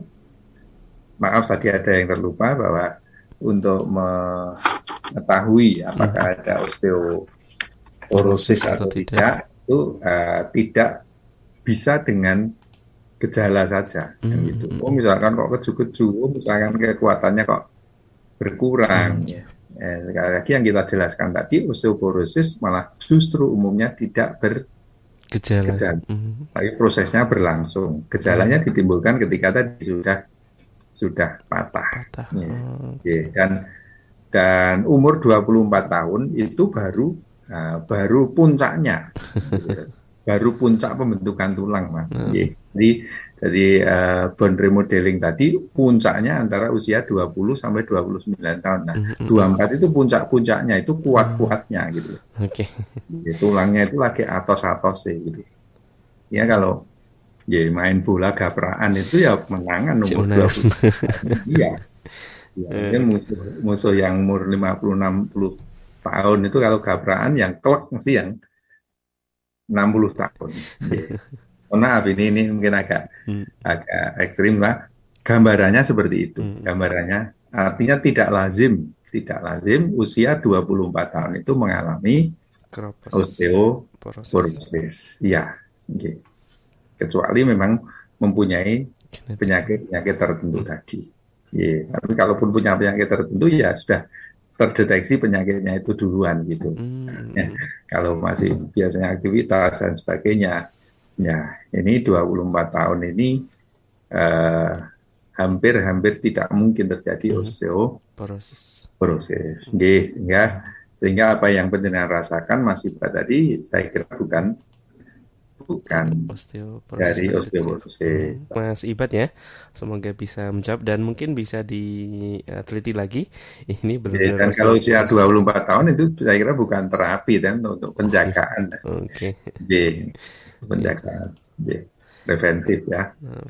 maaf tadi ada yang terlupa bahwa untuk mengetahui apakah ada osteoporosis atau tidak, tidak itu uh, tidak bisa dengan gejala saja. Hmm. Gitu. Oh misalkan kok keju-keju, oh, misalkan kekuatannya kok berkurang. Hmm. Eh, sekali lagi yang kita jelaskan tadi, osteoporosis malah justru umumnya tidak bergejala, Gejala. Hmm. tapi prosesnya berlangsung. Gejalanya hmm. ditimbulkan ketika tadi sudah sudah patah. Patah. Ya. Oh, ya. Dan dan umur dua puluh empat tahun itu baru uh, baru puncaknya. Baru puncak pembentukan tulang, Mas. Hmm. Ya. Jadi jadi uh, bone remodeling tadi puncaknya antara usia dua puluh sampai dua puluh sembilan tahun. Nah, hmm. dua puluh empat itu puncak-puncaknya, itu kuat-kuatnya gitu. Oke. Okay. Ya, tulangnya itu lagi atos-atos sih gitu. Ya kalau ya main bola gapraan itu ya menangan nomor dua puluh. Iya. Ya, mungkin musuh, musuh yang umur lima puluh enam puluh tahun itu kalau gapraan yang klek mesti yang enam puluh tahun. Ya. Oh, maaf ini ini mungkin agak hmm. agak ekstrim lah. Gambarannya seperti itu. Hmm. Gambarannya artinya tidak lazim, tidak lazim usia dua puluh empat tahun itu mengalami osteoporosis. Ya. Okay. Kecuali memang mempunyai Genetik. penyakit-penyakit tertentu Hmm. tadi. Ya, tapi kalaupun punya penyakit tertentu ya sudah terdeteksi penyakitnya itu duluan gitu. Ya, Hmm. kalau masih biasanya aktivitas dan sebagainya, ya ini dua puluh empat tahun ini eh, hampir-hampir tidak mungkin terjadi Hmm. Proses. osteoporosis. Hmm. Nggih, sehingga sehingga apa yang penjenengan rasakan masih tadi saya kira bukan bukan Osteoporosis dari tadi dokter ya. osteoporosis. Hmm, Mas Ibad ya, semoga bisa menjawab dan mungkin bisa diteliti lagi. Ini Ya, benar-benar dan kalau usia osteoporosis. dua puluh empat tahun itu saya kira bukan terapi dan untuk, untuk Oke, penjagaan. oke. J, Ya, penjagaan. J, preventif ya.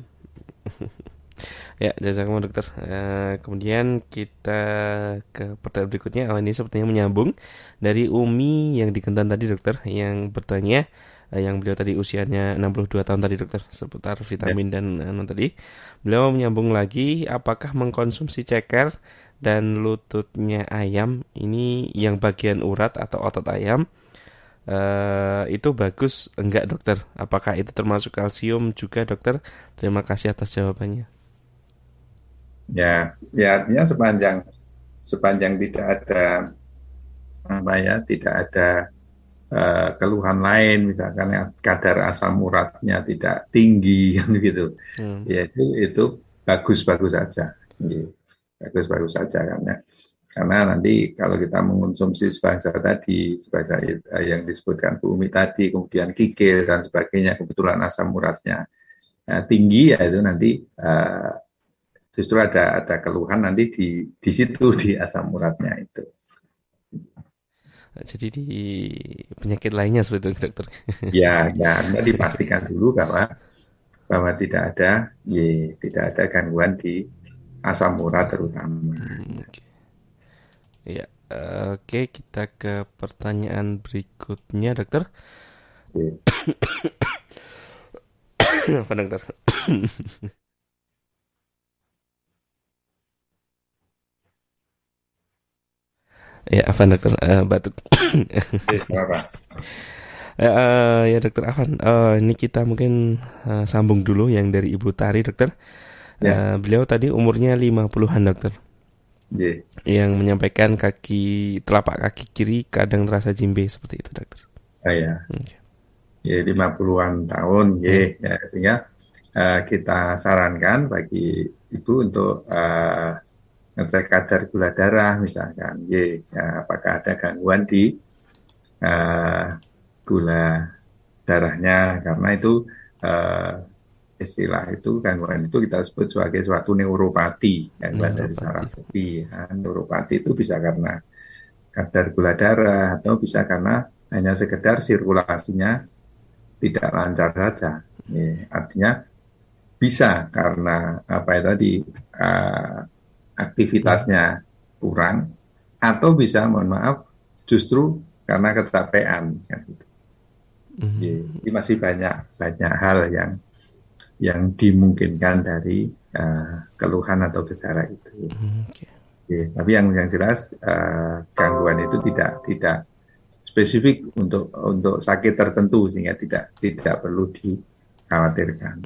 ya, jazakumullah dokter. Eh, kemudian kita ke pertanyaan berikutnya. Oh, ini sepertinya menyambung dari Umi yang di Kentan tadi dokter, yang bertanya, eh, yang beliau tadi usianya enam puluh dua tahun tadi dokter, seputar Ya, vitamin dan anu tadi. Beliau menyambung lagi, apakah mengkonsumsi ceker dan lututnya ayam ini yang bagian urat atau otot ayam eh, itu bagus enggak dokter? Apakah itu termasuk kalsium juga dokter? Terima kasih atas jawabannya. ya, ya artinya sepanjang sepanjang tidak ada apa ya, tidak ada eh, keluhan lain, misalkan ya, kadar asam uratnya tidak tinggi kan gitu, Hmm. ya itu itu bagus-bagus saja, Iya, bagus-bagus saja karena karena nanti kalau kita mengonsumsi sebangsa tadi, sebangsa eh, yang disebutkan Bu Umi tadi, kemudian kikil dan sebagainya, kebetulan asam uratnya eh, tinggi, ya itu nanti eh, justru ada ada keluhan nanti di di situ di asam uratnya itu. Jadi di penyakit lainnya seperti itu dokter. Ya, ya, Anda dipastikan dulu bahwa bahwa tidak ada, ya, tidak ada gangguan di asam urat terutama. Hmm, oke. Ya, oke kita ke pertanyaan berikutnya dokter. Ya, Apa dokter? Ya, apa dokter? Eh, batuk. apa? Eh, eh, ya dokter Afan, eh, ini kita mungkin eh, sambung dulu yang dari Ibu Tari dokter. Ya, Eh, beliau tadi umurnya lima puluhan-an dokter. ya, Yang menyampaikan kaki telapak kaki kiri kadang terasa jimbe seperti itu dokter. saya. Oke. Ya, lima puluhan tahun, Ya. ya, ya, sehingga eh, kita sarankan bagi ibu untuk eh, ngecek kadar gula darah misalkan, ya, ya, apakah ada gangguan di eh, gula darahnya, karena itu eh, istilah itu, gangguan itu kita sebut sebagai suatu neuropati, gangguan dari Neuropati. saraf topi. Ya, neuropati itu bisa karena kadar gula darah atau bisa karena hanya sekedar sirkulasinya tidak lancar saja. Ya, artinya bisa karena apa itu tadi uh, Hmm. aktivitasnya kurang, atau bisa, mohon maaf, justru karena kecapean. Kan gitu. Ya, Hmm. jadi masih banyak banyak hal yang yang dimungkinkan dari uh, keluhan atau gejala itu. Hmm. Oke. Ya, tapi yang yang jelas uh, gangguan itu tidak tidak spesifik untuk untuk sakit tertentu, sehingga tidak tidak perlu dikhawatirkan.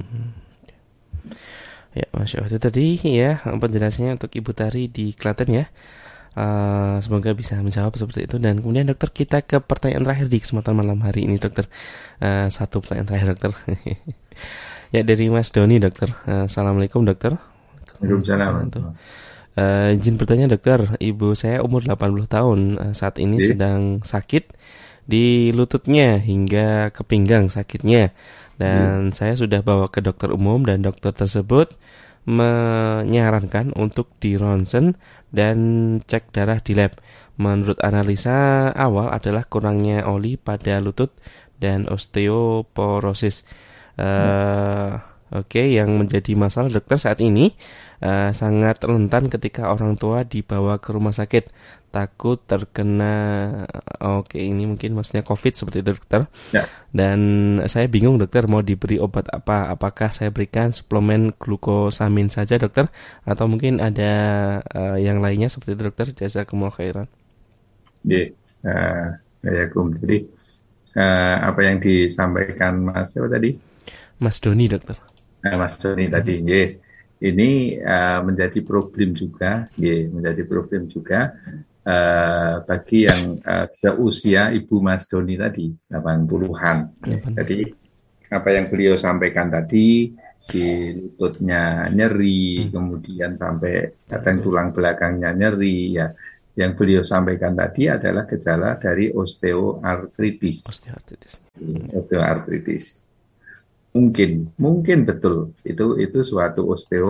Ya, Masya Allah. Itu tadi ya penjelasannya untuk Ibu Tari di Klaten ya. Eh, semoga bisa menjawab seperti itu. Dan kemudian dokter kita ke pertanyaan terakhir di kesempatan malam hari ini dokter. Eh, satu pertanyaan terakhir dokter. Ya dari Mas Doni dokter. Eh, Assalamualaikum dokter. Tuh. Waalaikumsalam. Eh, izin bertanya dokter, ibu saya umur delapan puluh tahun, eh, saat ini Oke, sedang sakit di lututnya hingga ke pinggang sakitnya. oke. Dan saya sudah bawa ke dokter umum dan dokter tersebut menyarankan untuk di ronsen dan cek darah di lab. Menurut analisa awal adalah kurangnya oli pada lutut dan osteoporosis. Eh, Oke, yang menjadi masalah dokter saat ini eh, sangat rentan ketika orang tua dibawa ke rumah sakit, takut terkena, oke ini mungkin maksudnya COVID seperti itu dokter. Ya, Dan saya bingung dokter mau diberi obat apa? Apakah saya berikan suplemen glukosamin saja dokter, atau mungkin ada eh, yang lainnya seperti itu dokter? Jazakumullah khairan. oke. Uh, ya, Kum. Jadi uh, apa yang disampaikan Mas siapa tadi? Mas Doni dokter. Nah, Mas Doni tadi, nggih. Ini uh, menjadi problem juga, nggih, menjadi problem juga uh, bagi yang uh, seusia Ibu Mas Doni tadi, delapan puluhan-an. Ya, Jadi apa yang beliau sampaikan tadi, di lututnya nyeri, hmm. kemudian sampai kadang Betul. tulang belakangnya nyeri, ya. Yang beliau sampaikan tadi adalah gejala dari osteoartritis. Osteoartritis. Osteoartritis. Mungkin, mungkin betul itu itu suatu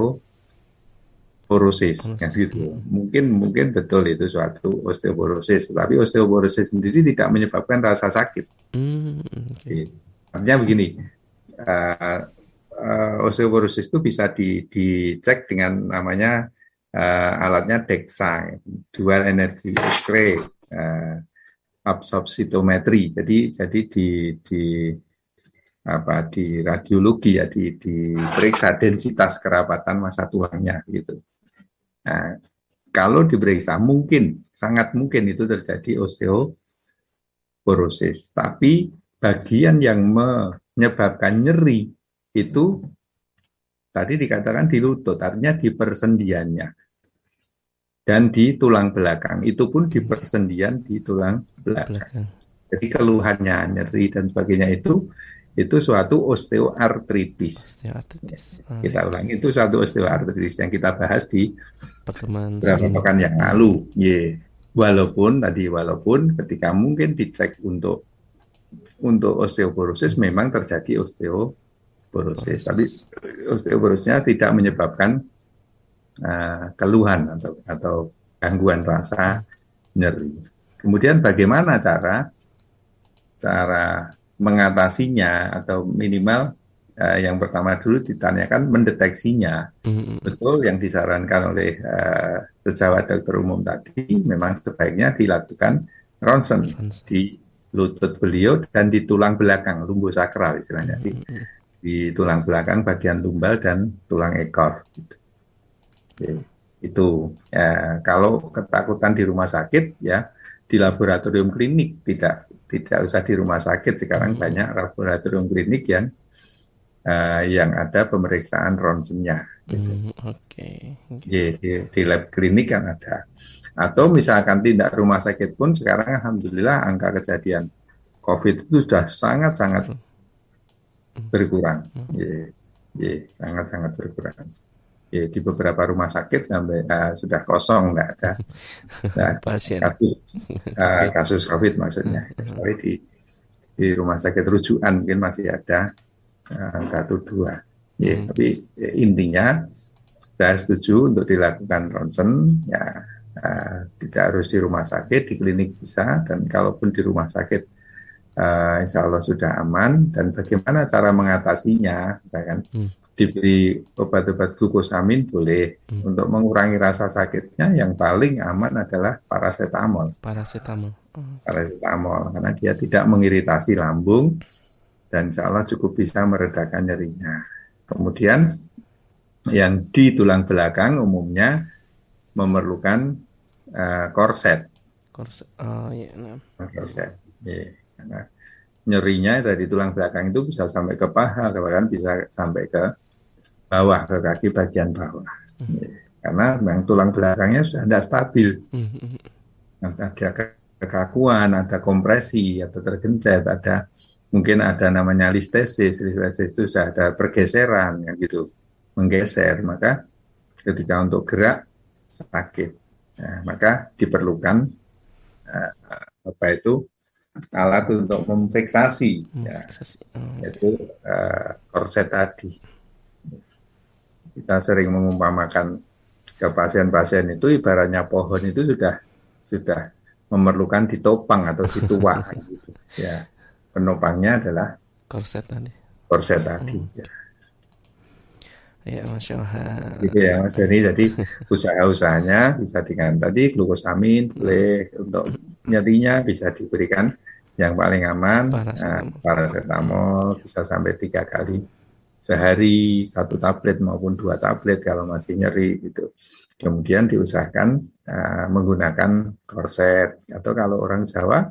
osteoporosis, kan Porosis. gitu. Hmm. Mungkin mungkin betul itu suatu osteoporosis, tapi osteoporosis sendiri tidak menyebabkan rasa sakit. Hmm, okay. Gitu. Artinya begini, uh, uh, osteoporosis itu bisa di, dicek dengan namanya uh, alatnya DEXA, dual energy X-ray, uh, absorpsitometry. Jadi jadi di, di apa di radiologi ya di diperiksa densitas kerapatan massa tulangnya gitu. Nah, kalau diperiksa mungkin sangat mungkin itu terjadi osteoporosis. Tapi bagian yang menyebabkan nyeri itu tadi dikatakan di lutut, artinya di persendiannya dan di tulang belakang. Itu pun di persendian di tulang belakang. Belakang. Jadi keluhannya nyeri dan sebagainya itu itu suatu osteoartritis. Osteoartritis. Ah, Kita ya. ulangi, itu suatu osteoartritis yang kita bahas di Pertemuan beberapa sebelumnya. pekan yang lalu. Yeah. Walaupun tadi walaupun ketika mungkin dicek untuk untuk osteoporosis Hmm. memang terjadi osteoporosis, tapi Porosis. osteoporosisnya tidak menyebabkan uh, keluhan atau atau gangguan rasa Hmm. nyeri. Kemudian bagaimana cara cara mengatasinya atau minimal uh, yang pertama dulu ditanyakan mendeteksinya. Hmm. Betul yang disarankan oleh uh, sejawat dokter umum tadi, memang sebaiknya dilakukan ronsen Ronsen. di lutut beliau dan di tulang belakang, lumbo sakral istilahnya, di, Hmm. di tulang belakang bagian tumbal dan tulang ekor. Gitu. Oke. Itu ya, kalau ketakutan di rumah sakit ya di laboratorium klinik, tidak tidak usah di rumah sakit. Sekarang Hmm. banyak laboratorium klinik yang uh, yang ada pemeriksaan ronsennya. Gitu. Hmm. Oke. Okay. Di, di, di lab klinik yang ada. Atau misalkan tidak rumah sakit pun sekarang alhamdulillah angka kejadian COVID itu sudah sangat-sangat berkurang. Ya, ya, sangat-sangat berkurang. Ya, di beberapa rumah sakit sampai uh, sudah kosong, nggak ada, nggak ada Pasien. kasus, uh, kasus COVID maksudnya. Kecuali di, di rumah sakit rujukan mungkin masih ada uh, satu dua. Ya, Hmm. tapi ya, intinya saya setuju untuk dilakukan ronsen, ya uh, tidak harus di rumah sakit, di klinik bisa, dan kalaupun di rumah sakit, uh, insya Allah sudah aman. Dan bagaimana cara mengatasinya, misalkan hmm. diberi obat-obat glukosamin boleh, hmm. untuk mengurangi rasa sakitnya, yang paling aman adalah paracetamol. Paracetamol. Oh. Paracetamol, karena dia tidak mengiritasi lambung, dan insya Allah cukup bisa meredakan nyerinya. Kemudian yang di tulang belakang umumnya memerlukan uh, korset. Korset. Oh iya. Nah. Korset. Yeah. Karena nyerinya dari tulang belakang itu bisa sampai ke paha, bahkan bisa sampai ke bawah, ke kaki bagian bawah. Mm. Yeah. Karena memang tulang belakangnya sudah tidak stabil. Mm. Ada kekakuan, ada kompresi, atau tergencet, ada mungkin ada namanya listesis. Listesis itu sudah ada pergeseran, ya gitu. Menggeser, maka ketika untuk gerak sakit, nah, maka diperlukan uh, apa itu alat untuk memfiksasi, ya, oh. yaitu uh, korset tadi. Kita sering mengumpamakan ke pasien-pasien itu ibaratnya pohon itu sudah sudah memerlukan ditopang atau dituak, gitu. Ya, penopangnya adalah korset tadi. Korset tadi. Hmm. Ya. Ya, Masya Allah. Gitu ya Mas Deni, jadi usaha-usahanya bisa dengan tadi glukosamin, boleh untuk nyerinya bisa diberikan yang paling aman, paracetamol, uh, paracetamol bisa sampai tiga kali sehari, satu tablet maupun dua tablet kalau masih nyeri gitu. Kemudian diusahakan uh, menggunakan korset, atau kalau orang Jawa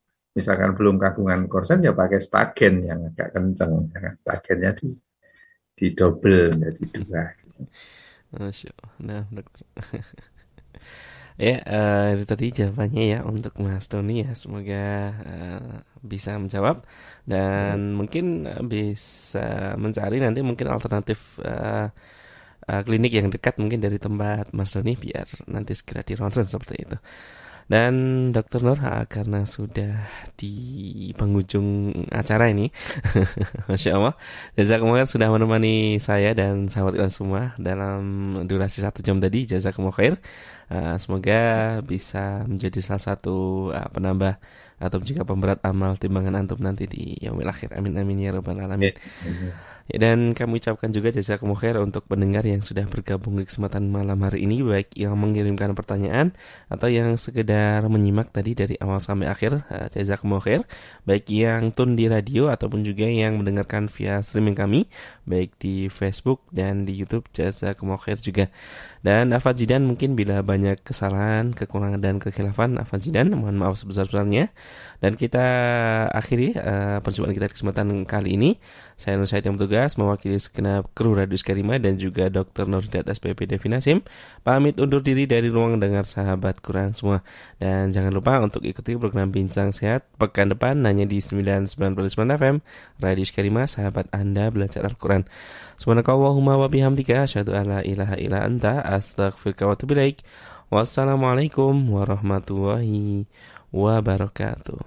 misalkan belum kagungan korset ya pakai stagen yang agak kenceng, ya. Stagennya di didobel menjadi dua. Masya Allah. Nah, dokter. Ya, eh, itu tadi jawabannya ya untuk Mas Doni ya. Semoga eh, bisa menjawab dan mungkin eh, bisa mencari nanti mungkin alternatif eh, eh, klinik yang dekat mungkin dari tempat Mas Doni biar nanti segera di ronsen seperti itu. Dan dokter Nur, ah, karena sudah di penghujung acara ini, Masya Allah, jazakumullah sudah menemani saya dan sahabat kita semua dalam durasi satu jam tadi. Jazakumullah khair. Ah, semoga bisa menjadi salah satu ah, penambah atau juga pemberat amal timbangan antum nanti di yaumil akhir. Amin amin ya rabbal alamin. Ya, dan kami ucapkan juga jazakumullah khair untuk pendengar yang sudah bergabung di kesempatan malam hari ini, baik yang mengirimkan pertanyaan atau yang sekedar menyimak tadi dari awal sampai akhir. uh, Jazakumullah khair, baik yang tune di radio ataupun juga yang mendengarkan via streaming kami, baik di Facebook dan di YouTube. Jazakumullah khair juga. Dan Afan Zidan, mungkin bila banyak kesalahan, kekurangan dan kekhilafan, Afan Zidan mohon maaf sebesar-besarnya. Dan kita akhiri uh, perjumpaan kita di kesempatan kali ini. Saya Nur Syahid yang bertugas mewakili segenap kru Radio Skarima dan juga dokter Nurhidat S P P Devi Nasim pamit undur diri dari ruang dengar sahabat Quran semua. Dan jangan lupa untuk ikuti program Bincang Sehat pekan depan hanya di sembilan puluh sembilan koma sembilan F M Radio Skarima, sahabat Anda belajar Al-Quran. Subhanakallahumma wa bihamdika asyhadu an la ilaha illa anta astaghfiruka wa atubu ilaik. Wassalamualaikum warahmatullahi wabarakatuh.